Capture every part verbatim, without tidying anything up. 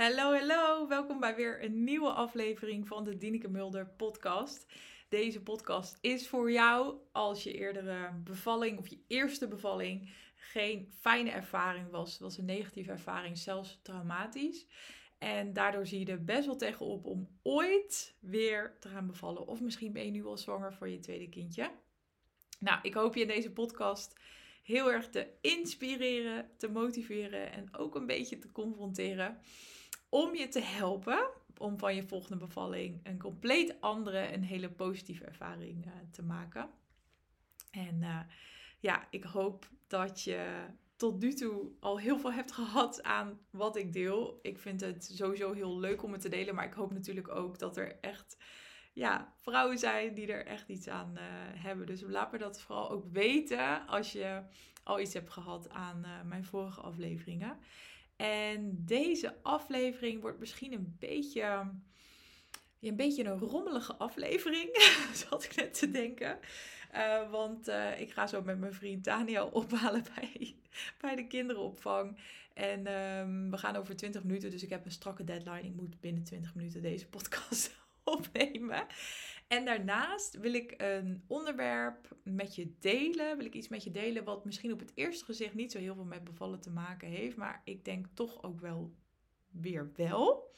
Hallo, hallo. Welkom bij weer een nieuwe aflevering van de Dineke Mulder podcast. Deze podcast is voor jou als je eerdere bevalling of je eerste bevalling geen fijne ervaring was. Het was een negatieve ervaring, zelfs traumatisch. En daardoor zie je er best wel tegenop om ooit weer te gaan bevallen. Of misschien ben je nu al zwanger voor je tweede kindje. Nou, ik hoop je in deze podcast heel erg te inspireren, te motiveren en ook een beetje te confronteren. Om je te helpen om van je volgende bevalling een compleet andere, een hele positieve ervaring uh, te maken. En uh, ja, ik hoop dat je tot nu toe al heel veel hebt gehad aan wat ik deel. Ik vind het sowieso heel leuk om het te delen, maar ik hoop natuurlijk ook dat er echt ja, vrouwen zijn die er echt iets aan uh, hebben. Dus laat me dat vooral ook weten als je al iets hebt gehad aan uh, mijn vorige afleveringen. En deze aflevering wordt misschien een beetje, een beetje een rommelige aflevering, zat ik net te denken. Uh, want uh, ik ga zo met mijn vriend Daniel ophalen bij, bij de kinderopvang. En um, we gaan over twintig minuten, dus ik heb een strakke deadline. Ik moet binnen twintig minuten deze podcast opnemen. En daarnaast wil ik een onderwerp met je delen. Wil ik iets met je delen wat misschien op het eerste gezicht niet zo heel veel met bevallen te maken heeft. Maar ik denk toch ook wel weer wel.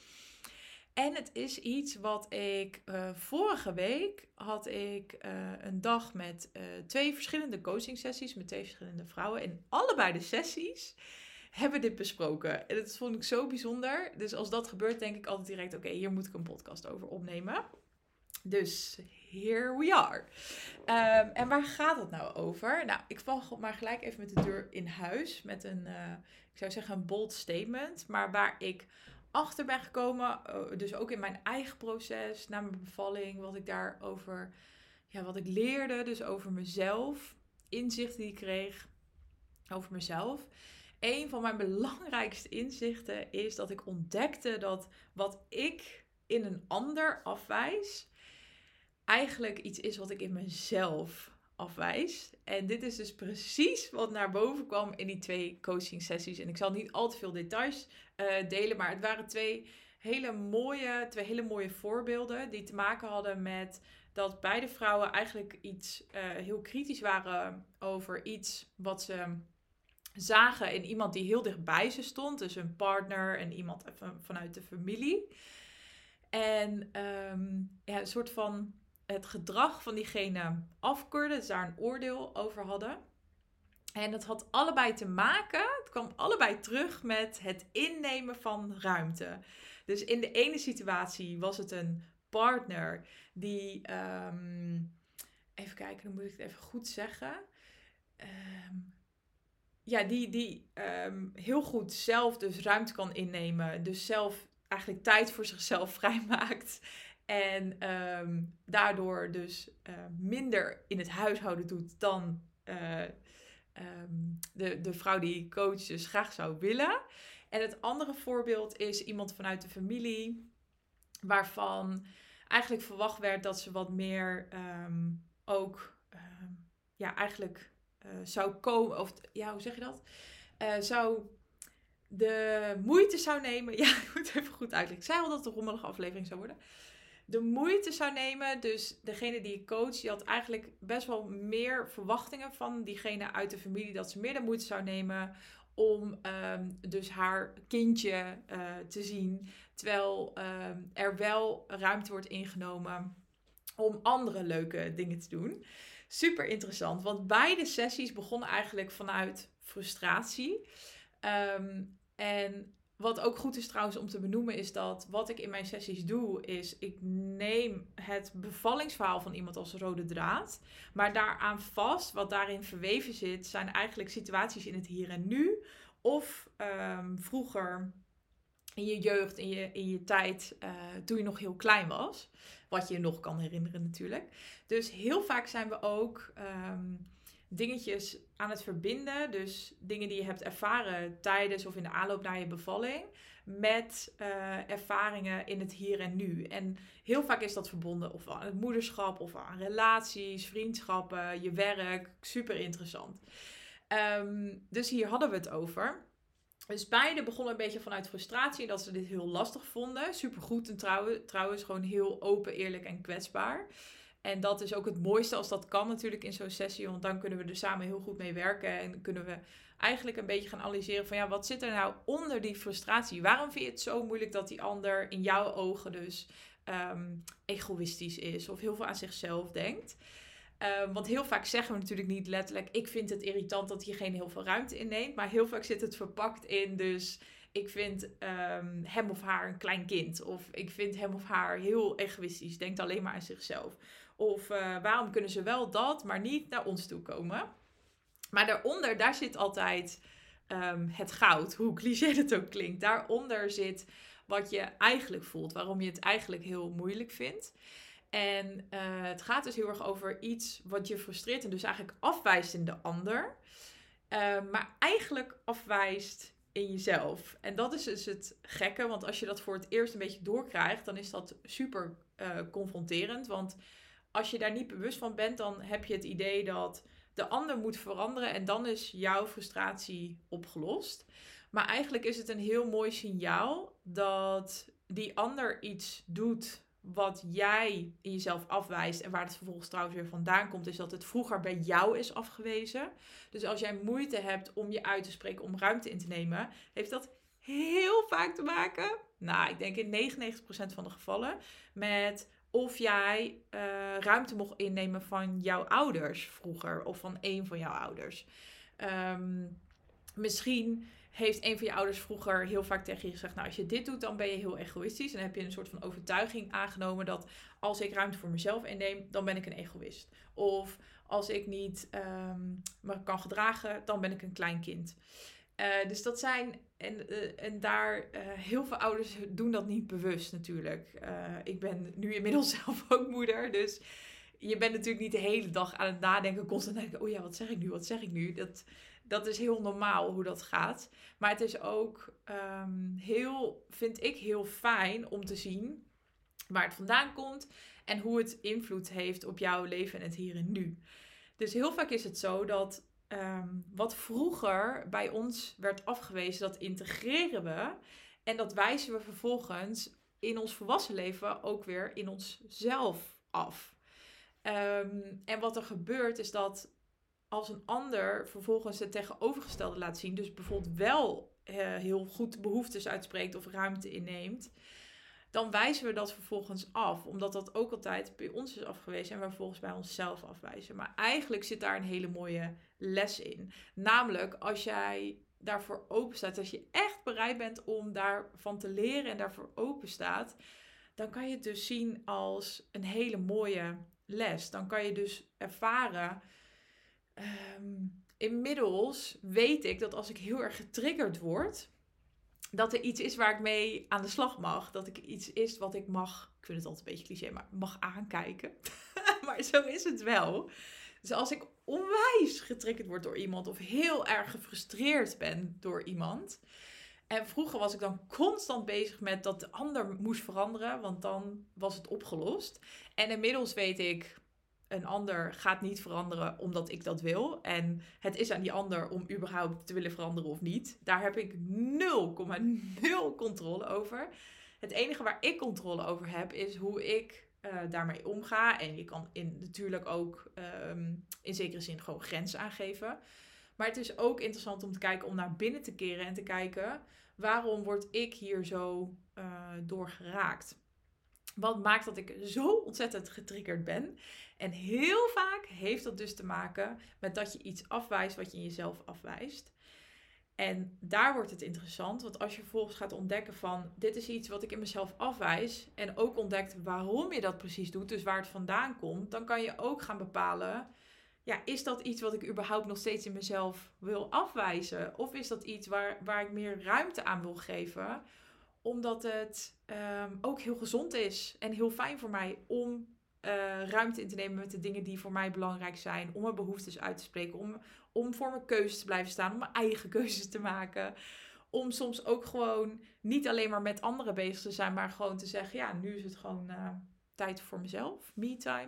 En het is iets wat ik uh, vorige week had ik uh, een dag met uh, twee verschillende coaching sessies met twee verschillende vrouwen. En allebei de sessies hebben dit besproken. En dat vond ik zo bijzonder. Dus als dat gebeurt denk ik altijd direct, oké, okay, hier moet ik een podcast over opnemen. Dus here we are. Um, en waar gaat het nou over? Nou, ik val maar gelijk even met de deur in huis. Met een, uh, ik zou zeggen een bold statement. Maar waar ik achter ben gekomen, uh, dus ook in mijn eigen proces, na mijn bevalling, wat ik daarover, ja, wat ik leerde, dus over mezelf, inzichten die ik kreeg over mezelf. Een van mijn belangrijkste inzichten is dat ik ontdekte dat wat ik in een ander afwijs, eigenlijk iets is wat ik in mezelf afwijs. En dit is dus precies wat naar boven kwam in die twee coaching sessies. En ik zal niet al te veel details uh, delen, maar het waren twee hele mooie, twee hele mooie voorbeelden die te maken hadden met dat beide vrouwen eigenlijk iets uh, heel kritisch waren over iets wat ze zagen in iemand die heel dichtbij ze stond. Dus een partner en iemand vanuit de familie. En um, ja, een soort van het gedrag van diegene afkeurden, dus daar een oordeel over hadden. En dat had allebei te maken, het kwam allebei terug met het innemen van ruimte. Dus in de ene situatie was het een partner die, um, even kijken, dan moet ik het even goed zeggen. Um, ja, die, die um, heel goed zelf dus ruimte kan innemen. Dus zelf eigenlijk tijd voor zichzelf vrijmaakt. En um, daardoor dus uh, minder in het huishouden doet dan uh, um, de, de vrouw die coach dus graag zou willen. En het andere voorbeeld is iemand vanuit de familie waarvan eigenlijk verwacht werd dat ze wat meer um, ook um, ja, eigenlijk uh, zou komen. Of ja, hoe zeg je dat? Uh, zou de moeite zou nemen. Ja, ik moet het even goed uitleggen. Ik zei al dat het een rommelige aflevering zou worden. De moeite zou nemen. Dus degene die ik coach, die had eigenlijk best wel meer verwachtingen van diegene uit de familie. Dat ze meer de moeite zou nemen om um, dus haar kindje uh, te zien. Terwijl um, er wel ruimte wordt ingenomen om andere leuke dingen te doen. Super interessant. Want beide sessies begonnen eigenlijk vanuit frustratie. Um, en wat ook goed is trouwens om te benoemen is dat wat ik in mijn sessies doe is ik neem het bevallingsverhaal van iemand als rode draad. Maar daaraan vast, wat daarin verweven zit, zijn eigenlijk situaties in het hier en nu. Of um, vroeger in je jeugd, in je, in je tijd, uh, toen je nog heel klein was. Wat je je nog kan herinneren natuurlijk. Dus heel vaak zijn we ook um, dingetjes aan het verbinden. Dus dingen die je hebt ervaren tijdens of in de aanloop naar je bevalling. Met uh, ervaringen in het hier en nu. En heel vaak is dat verbonden of aan het moederschap of aan relaties, vriendschappen, je werk. Super interessant. Um, dus hier hadden we het over. Dus beide begonnen een beetje vanuit frustratie. Dat ze dit heel lastig vonden. Supergoed en trouw, trouwens gewoon heel open, eerlijk en kwetsbaar. En dat is ook het mooiste als dat kan natuurlijk in zo'n sessie. Want dan kunnen we er samen heel goed mee werken. En kunnen we eigenlijk een beetje gaan analyseren van ja, wat zit er nou onder die frustratie? Waarom vind je het zo moeilijk dat die ander in jouw ogen dus um, egoïstisch is? Of heel veel aan zichzelf denkt? Um, want heel vaak zeggen we natuurlijk niet letterlijk, ik vind het irritant dat diegene heel veel ruimte inneemt. Maar heel vaak zit het verpakt in dus, ik vind um, hem of haar een klein kind. Of ik vind hem of haar heel egoïstisch, denkt alleen maar aan zichzelf. Of uh, waarom kunnen ze wel dat, maar niet naar ons toe komen? Maar daaronder, daar zit altijd um, het goud, hoe cliché het ook klinkt. Daaronder zit wat je eigenlijk voelt, waarom je het eigenlijk heel moeilijk vindt. En uh, het gaat dus heel erg over iets wat je frustreert en dus eigenlijk afwijst in de ander. Uh, maar eigenlijk afwijst in jezelf. En dat is dus het gekke, want als je dat voor het eerst een beetje doorkrijgt, dan is dat super uh, confronterend. Want als je daar niet bewust van bent, dan heb je het idee dat de ander moet veranderen en dan is jouw frustratie opgelost. Maar eigenlijk is het een heel mooi signaal dat die ander iets doet wat jij in jezelf afwijst en waar het vervolgens trouwens weer vandaan komt, is dat het vroeger bij jou is afgewezen. Dus als jij moeite hebt om je uit te spreken, om ruimte in te nemen, heeft dat heel vaak te maken, nou, ik denk in negenennegentig procent van de gevallen, met of jij uh, ruimte mocht innemen van jouw ouders vroeger, of van een van jouw ouders. Um, misschien heeft een van je ouders vroeger heel vaak tegen je gezegd, nou, als je dit doet, dan ben je heel egoïstisch. En dan heb je een soort van overtuiging aangenomen dat als ik ruimte voor mezelf inneem, dan ben ik een egoïst. Of als ik niet um, me kan gedragen, dan ben ik een klein kind. Uh, dus dat zijn, en, uh, en daar, uh, heel veel ouders doen dat niet bewust natuurlijk. Uh, ik ben nu inmiddels zelf ook moeder, dus je bent natuurlijk niet de hele dag aan het nadenken, constant denken, oh ja, wat zeg ik nu, wat zeg ik nu? Dat, dat is heel normaal hoe dat gaat. Maar het is ook um, heel, vind ik heel fijn om te zien waar het vandaan komt en hoe het invloed heeft op jouw leven en het hier en nu. Dus heel vaak is het zo dat Um, wat vroeger bij ons werd afgewezen, dat integreren we. En dat wijzen we vervolgens in ons volwassen leven ook weer in onszelf af. Um, en wat er gebeurt is dat als een ander vervolgens het tegenovergestelde laat zien, dus bijvoorbeeld wel uh, heel goed behoeftes uitspreekt of ruimte inneemt, dan wijzen we dat vervolgens af. Omdat dat ook altijd bij ons is afgewezen en we vervolgens bij onszelf afwijzen. Maar eigenlijk zit daar een hele mooie les in. Namelijk, als jij daarvoor open staat, als je echt bereid bent om daarvan te leren en daarvoor open staat, dan kan je het dus zien als een hele mooie les. Dan kan je dus ervaren, um, inmiddels weet ik dat als ik heel erg getriggerd word, dat er iets is waar ik mee aan de slag mag. Dat ik iets is wat ik mag, ik vind het altijd een beetje cliché, maar mag aankijken. Maar zo is het wel. Dus als ik onwijs getriggerd word door iemand of heel erg gefrustreerd ben door iemand. En vroeger was ik dan constant bezig met dat de ander moest veranderen, want dan was het opgelost. En inmiddels weet ik, een ander gaat niet veranderen omdat ik dat wil. En het is aan die ander om überhaupt te willen veranderen of niet. Daar heb ik nul komma nul controle over. Het enige waar ik controle over heb is hoe ik uh, daarmee omga. En je kan in, natuurlijk ook um, in zekere zin gewoon grenzen aangeven. Maar het is ook interessant om te kijken, om naar binnen te keren en te kijken, waarom word ik hier zo uh, door geraakt? Wat maakt dat ik zo ontzettend getriggerd ben? En heel vaak heeft dat dus te maken met dat je iets afwijst wat je in jezelf afwijst. En daar wordt het interessant, want als je vervolgens gaat ontdekken van, dit is iets wat ik in mezelf afwijs, en ook ontdekt waarom je dat precies doet, dus waar het vandaan komt, dan kan je ook gaan bepalen, ja, is dat iets wat ik überhaupt nog steeds in mezelf wil afwijzen? Of is dat iets waar, waar ik meer ruimte aan wil geven, omdat het um, ook heel gezond is en heel fijn voor mij om uh, ruimte in te nemen met de dingen die voor mij belangrijk zijn. Om mijn behoeftes uit te spreken. Om, om voor mijn keuzes te blijven staan. Om mijn eigen keuzes te maken. Om soms ook gewoon niet alleen maar met anderen bezig te zijn. Maar gewoon te zeggen, ja, nu is het gewoon uh, tijd voor mezelf. Me time.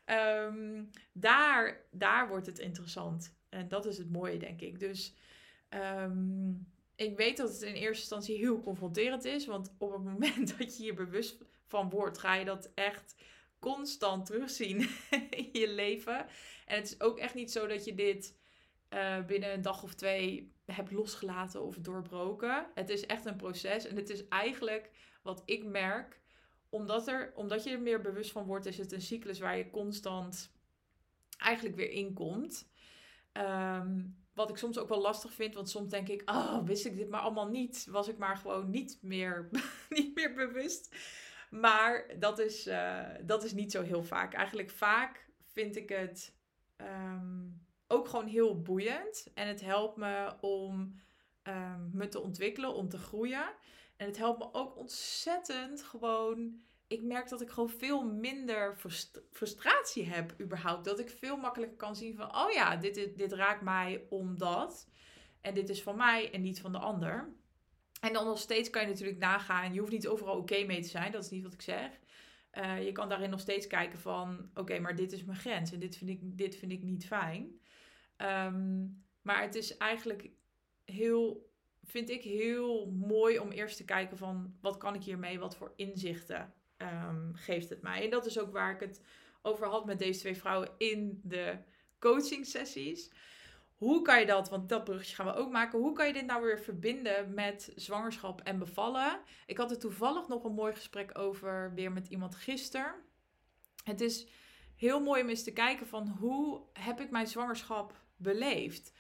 um, daar, daar wordt het interessant. En dat is het mooie, denk ik. Dus Um, ik weet dat het in eerste instantie heel confronterend is. Want op het moment dat je hier bewust van wordt, ga je dat echt constant terugzien in je leven. En het is ook echt niet zo dat je dit uh, binnen een dag of twee hebt losgelaten of doorbroken. Het is echt een proces. En het is eigenlijk wat ik merk. Omdat, er, omdat je er meer bewust van wordt, is het een cyclus waar je constant eigenlijk weer inkomt. Um, wat ik soms ook wel lastig vind. Want soms denk ik, oh, wist ik dit maar allemaal niet. Was ik maar gewoon niet meer, niet meer bewust. Maar dat is, uh, dat is niet zo heel vaak. Eigenlijk vaak vind ik het um, ook gewoon heel boeiend. En het helpt me om um, me te ontwikkelen, om te groeien. En het helpt me ook ontzettend gewoon. Ik merk dat ik gewoon veel minder frust- frustratie heb überhaupt. Dat ik veel makkelijker kan zien van, oh ja, dit, dit, dit raakt mij omdat. En dit is van mij en niet van de ander. En dan nog steeds kan je natuurlijk nagaan. Je hoeft niet overal oké okay mee te zijn. Dat is niet wat ik zeg. Uh, je kan daarin nog steeds kijken van, oké, okay, maar dit is mijn grens. En dit vind ik, dit vind ik niet fijn. Um, maar het is eigenlijk heel, vind ik heel mooi om eerst te kijken van, wat kan ik hiermee? Wat voor inzichten um, geeft het mij? En dat is ook waar ik het over had met deze twee vrouwen in de coaching sessies. Hoe kan je dat, want dat bruggetje gaan we ook maken. Hoe kan je dit nou weer verbinden met zwangerschap en bevallen? Ik had er toevallig nog een mooi gesprek over weer met iemand gisteren. Het is heel mooi om eens te kijken van hoe heb ik mijn zwangerschap beleefd?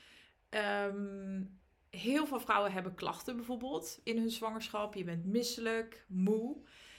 Um, heel veel vrouwen hebben klachten bijvoorbeeld in hun zwangerschap. Je bent misselijk, moe.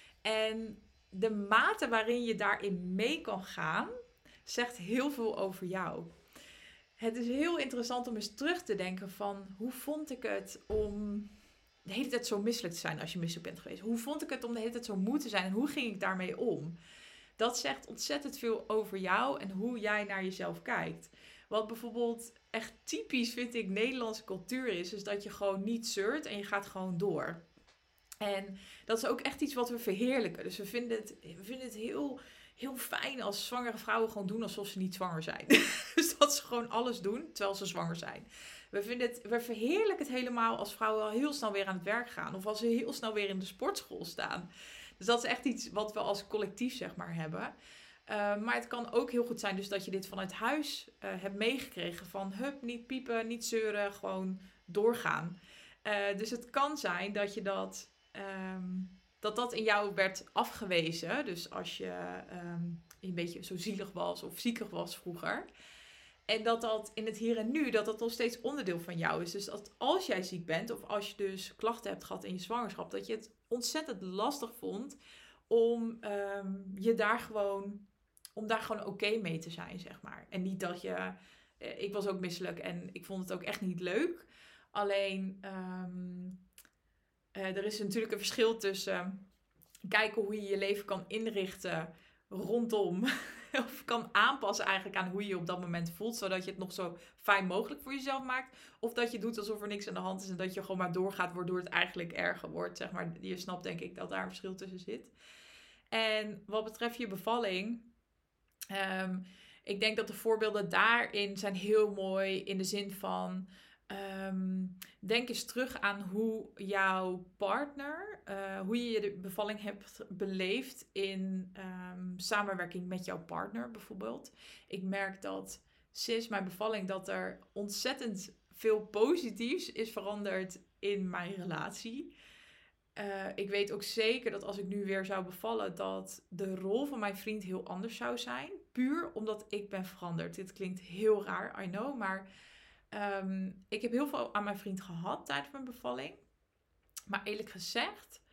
En de mate waarin je daarin mee kan gaan, zegt heel veel over jou. Het is heel interessant om eens terug te denken van, hoe vond ik het om de hele tijd zo misselijk te zijn als je misselijk bent geweest? Hoe vond ik het om de hele tijd zo moe te zijn en hoe ging ik daarmee om? Dat zegt ontzettend veel over jou en hoe jij naar jezelf kijkt. Wat bijvoorbeeld echt typisch, vind ik, Nederlandse cultuur is, is dat je gewoon niet zeurt en je gaat gewoon door. En dat is ook echt iets wat we verheerlijken. Dus we vinden het, we vinden het heel, heel fijn als zwangere vrouwen gewoon doen alsof ze niet zwanger zijn. Dus dat ze gewoon alles doen terwijl ze zwanger zijn. We, vinden het, we verheerlijken het helemaal als vrouwen al heel snel weer aan het werk gaan. Of als ze heel snel weer in de sportschool staan. Dus dat is echt iets wat we als collectief, zeg maar, hebben. Uh, maar het kan ook heel goed zijn dus dat je dit vanuit huis uh, hebt meegekregen. Van hup, niet piepen, niet zeuren, gewoon doorgaan. Uh, dus het kan zijn dat je dat... Um, dat dat in jou werd afgewezen. Dus als je um, een beetje zo zielig was of ziekig was vroeger. En dat dat in het hier en nu, dat dat nog steeds onderdeel van jou is. Dus dat als jij ziek bent of als je dus klachten hebt gehad in je zwangerschap, dat je het ontzettend lastig vond om um, je daar gewoon, om daar gewoon oké okay mee te zijn, zeg maar. En niet dat je, uh, ik was ook misselijk en ik vond het ook echt niet leuk. Alleen, um, uh, er is natuurlijk een verschil tussen kijken hoe je je leven kan inrichten rondom, of kan aanpassen eigenlijk aan hoe je je op dat moment voelt, zodat je het nog zo fijn mogelijk voor jezelf maakt. Of dat je doet alsof er niks aan de hand is en dat je gewoon maar doorgaat, waardoor het eigenlijk erger wordt, zeg maar. Je snapt denk ik dat daar een verschil tussen zit. En wat betreft je bevalling, um, ik denk dat de voorbeelden daarin zijn heel mooi in de zin van, Um, denk eens terug aan hoe jouw partner, uh, hoe je de bevalling hebt beleefd in um, samenwerking met jouw partner bijvoorbeeld. Ik merk dat sinds mijn bevalling dat er ontzettend veel positiefs is veranderd in mijn relatie. Uh, ik weet ook zeker dat als ik nu weer zou bevallen, dat de rol van mijn vriend heel anders zou zijn. Puur omdat ik ben veranderd. Dit klinkt heel raar, I know, maar... Um, ik heb heel veel aan mijn vriend gehad tijdens mijn bevalling. Maar eerlijk gezegd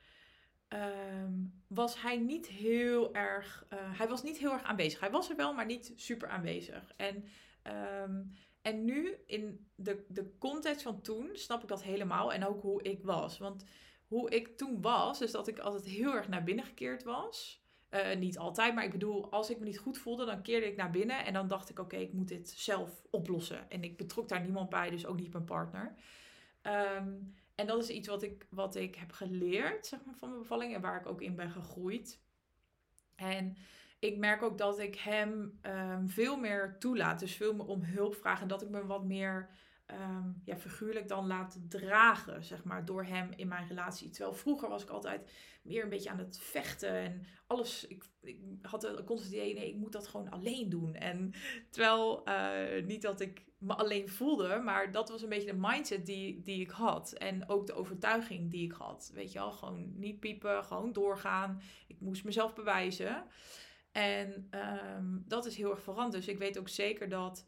um, was hij niet heel erg... Uh, hij was niet heel erg aanwezig. Hij was er wel, maar niet super aanwezig. En, um, en nu, in de, de context van toen, snap ik dat helemaal. En ook hoe ik was. Want hoe ik toen was, is dat ik altijd heel erg naar binnen gekeerd was... Uh, niet altijd, maar ik bedoel, als ik me niet goed voelde, dan keerde ik naar binnen. En dan dacht ik, oké, okay, ik moet dit zelf oplossen. En ik betrok daar niemand bij, dus ook niet mijn partner. Um, en dat is iets wat ik, wat ik heb geleerd, zeg maar, van mijn bevalling. En waar ik ook in ben gegroeid. En ik merk ook dat ik hem um, veel meer toelaat. Dus veel meer om hulp vraag. En dat ik me wat meer um, ja, figuurlijk dan laten dragen, zeg maar, door hem in mijn relatie. Terwijl vroeger was ik altijd meer een beetje aan het vechten en alles. Ik, ik had een constant idee, nee, ik moet dat gewoon alleen doen. En terwijl, uh, niet dat ik me alleen voelde, maar dat was een beetje de mindset die, die ik had. En ook de overtuiging die ik had. Weet je wel, gewoon niet piepen, gewoon doorgaan. Ik moest mezelf bewijzen. En um, dat is heel erg veranderd. Dus ik weet ook zeker dat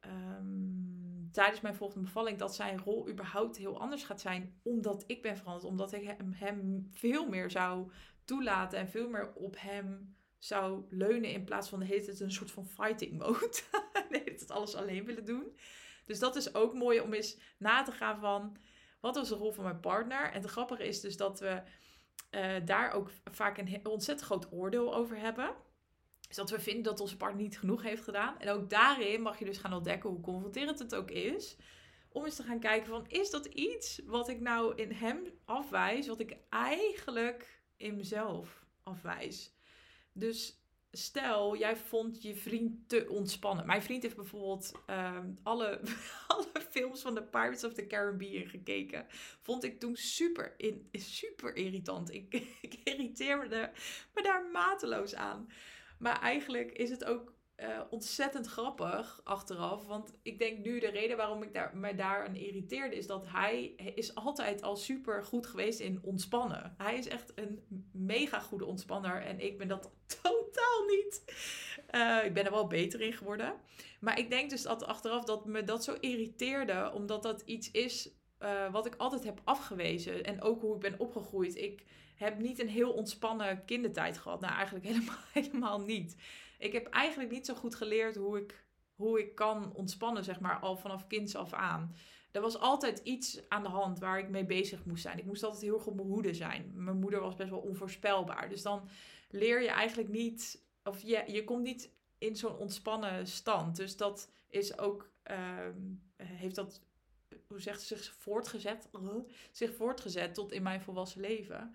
um, tijdens mijn volgende bevalling dat zijn rol überhaupt heel anders gaat zijn. Omdat ik ben veranderd. Omdat ik hem, hem veel meer zou toelaten en veel meer op hem zou leunen in plaats van de hele tijd een soort van fighting mode. De hele tijd alles alleen willen doen. Dus dat is ook mooi om eens na te gaan van wat was de rol van mijn partner. En het grappige is dus dat we uh, daar ook vaak een ontzettend groot oordeel over hebben. Dus dat we vinden dat onze partner niet genoeg heeft gedaan. En ook daarin mag je dus gaan ontdekken hoe confronterend het ook is. Om eens te gaan kijken van, is dat iets wat ik nou in hem afwijs, wat ik eigenlijk in mezelf afwijs. Dus stel, jij vond je vriend te ontspannen. Mijn vriend heeft bijvoorbeeld um, alle, alle films van de Pirates of the Caribbean gekeken. Vond ik toen super, in, super irritant. Ik, ik irriteerde me daar mateloos aan. Maar eigenlijk is het ook uh, ontzettend grappig achteraf. Want ik denk nu de reden waarom ik daar, me daar aan irriteerde is dat hij is altijd al super goed geweest in ontspannen. Hij is echt een mega goede ontspanner en ik ben dat totaal niet. Uh, ik ben er wel beter in geworden. Maar ik denk dus dat achteraf dat me dat zo irriteerde, omdat dat iets is uh, wat ik altijd heb afgewezen. En ook hoe ik ben opgegroeid. Ik heb niet een heel ontspannen kindertijd gehad. Nou, eigenlijk helemaal, helemaal niet. Ik heb eigenlijk niet zo goed geleerd hoe ik, hoe ik kan ontspannen, zeg maar, al vanaf kinds af aan. Er was altijd iets aan de hand waar ik mee bezig moest zijn. Ik moest altijd heel goed op mijn hoede zijn. Mijn moeder was best wel onvoorspelbaar. Dus dan leer je eigenlijk niet, of je, je komt niet in zo'n ontspannen stand. Dus dat is ook, uh, heeft dat, hoe zegt ze, zich voortgezet, uh, zich voortgezet tot in mijn volwassen leven.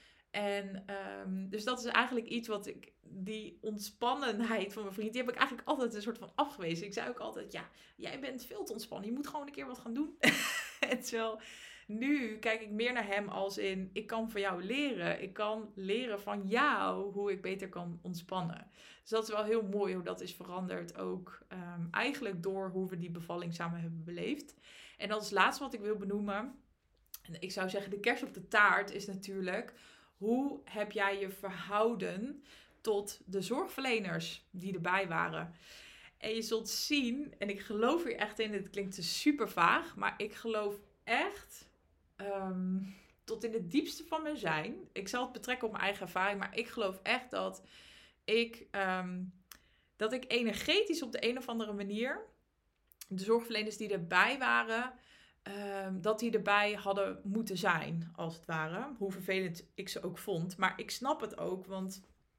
En um, dus dat is eigenlijk iets wat ik, die ontspannenheid van mijn vriend, die heb ik eigenlijk altijd een soort van afgewezen. Ik zei ook altijd, ja, jij bent veel te ontspannen, je moet gewoon een keer wat gaan doen. En terwijl nu kijk ik meer naar hem als in, ik kan van jou leren. Ik kan leren van jou hoe ik beter kan ontspannen. Dus dat is wel heel mooi hoe dat is veranderd ook um, eigenlijk door hoe we die bevalling samen hebben beleefd. En als laatste wat ik wil benoemen, ik zou zeggen de kers op de taart is natuurlijk, hoe heb jij je verhouden tot de zorgverleners die erbij waren? En je zult zien, en ik geloof hier echt in, het klinkt dus super vaag, maar ik geloof echt um, tot in het diepste van mijn zijn. Ik zal het betrekken op mijn eigen ervaring, maar ik geloof echt dat ik, um, dat ik energetisch op de een of andere manier de zorgverleners die erbij waren, Um, dat die erbij hadden moeten zijn, als het ware. Hoe vervelend ik ze ook vond. Maar ik snap het ook, want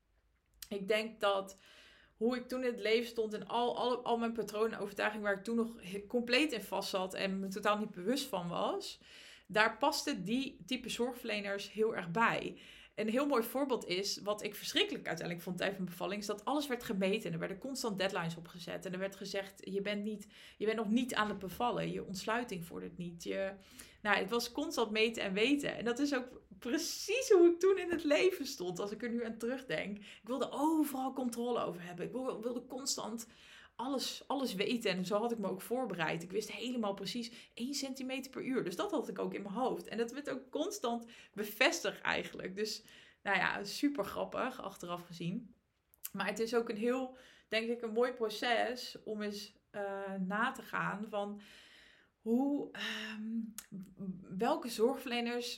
ik denk dat hoe ik toen in het leven stond en al, al, al mijn patronen en overtuigingen waar ik toen nog compleet in vast zat en me totaal niet bewust van was, daar paste die type zorgverleners heel erg bij. Een heel mooi voorbeeld is, wat ik verschrikkelijk uiteindelijk vond tijdens mijn bevalling, is dat alles werd gemeten en er werden constant deadlines opgezet. En er werd gezegd, je bent, niet, je bent nog niet aan het bevallen, je ontsluiting vordert niet. Je, nou, het was constant meten en weten. En dat is ook precies hoe ik toen in het leven stond, als ik er nu aan terugdenk. Ik wilde overal controle over hebben. Ik wilde, wilde constant alles, alles weten. En zo had ik me ook voorbereid. Ik wist helemaal precies één centimeter per uur. Dus dat had ik ook in mijn hoofd. En dat werd ook constant bevestigd eigenlijk. Dus nou ja, super grappig achteraf gezien. Maar het is ook een heel, denk ik, een mooi proces om eens uh, na te gaan van hoe, um, welke zorgverleners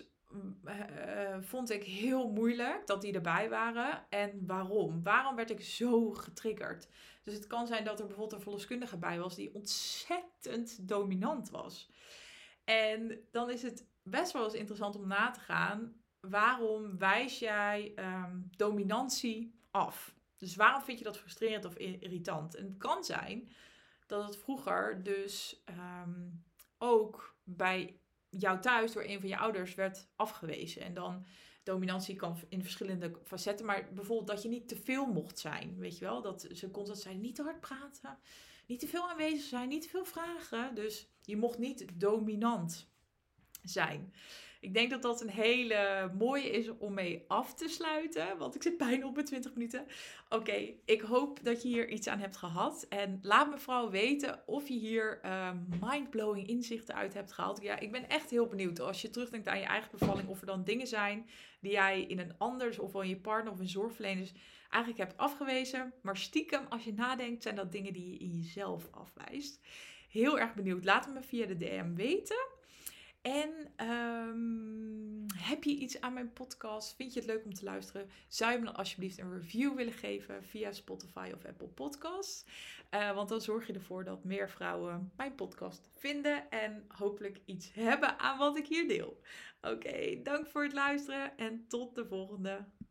Uh, vond ik heel moeilijk dat die erbij waren. En waarom? Waarom werd ik zo getriggerd? Dus het kan zijn dat er bijvoorbeeld een verloskundige bij was die ontzettend dominant was. En dan is het best wel eens interessant om na te gaan, waarom wijs jij um, dominantie af? Dus waarom vind je dat frustrerend of irritant? En het kan zijn dat het vroeger dus um, ook bij jou thuis door een van je ouders werd afgewezen. En dan, dominantie kan in verschillende facetten, maar bijvoorbeeld dat je niet te veel mocht zijn, weet je wel? Dat ze constant zeiden, niet te hard praten, niet te veel aanwezig zijn, niet te veel vragen. Dus je mocht niet dominant zijn. Ik denk dat dat een hele mooie is om mee af te sluiten. Want ik zit bijna op mijn twintig minuten. Oké, okay, ik hoop dat je hier iets aan hebt gehad. En laat me vooral weten of je hier uh, mindblowing inzichten uit hebt gehaald. Ja, ik ben echt heel benieuwd. Als je terugdenkt aan je eigen bevalling. Of er dan dingen zijn die jij in een anders of van je partner of een zorgverlener eigenlijk hebt afgewezen. Maar stiekem, als je nadenkt, zijn dat dingen die je in jezelf afwijst. Heel erg benieuwd. Laat het me via de D M weten. En um, heb je iets aan mijn podcast? Vind je het leuk om te luisteren? Zou je me dan alsjeblieft een review willen geven via Spotify of Apple Podcasts? Uh, want dan zorg je ervoor dat meer vrouwen mijn podcast vinden en hopelijk iets hebben aan wat ik hier deel. Oké, okay, dank voor het luisteren en tot de volgende.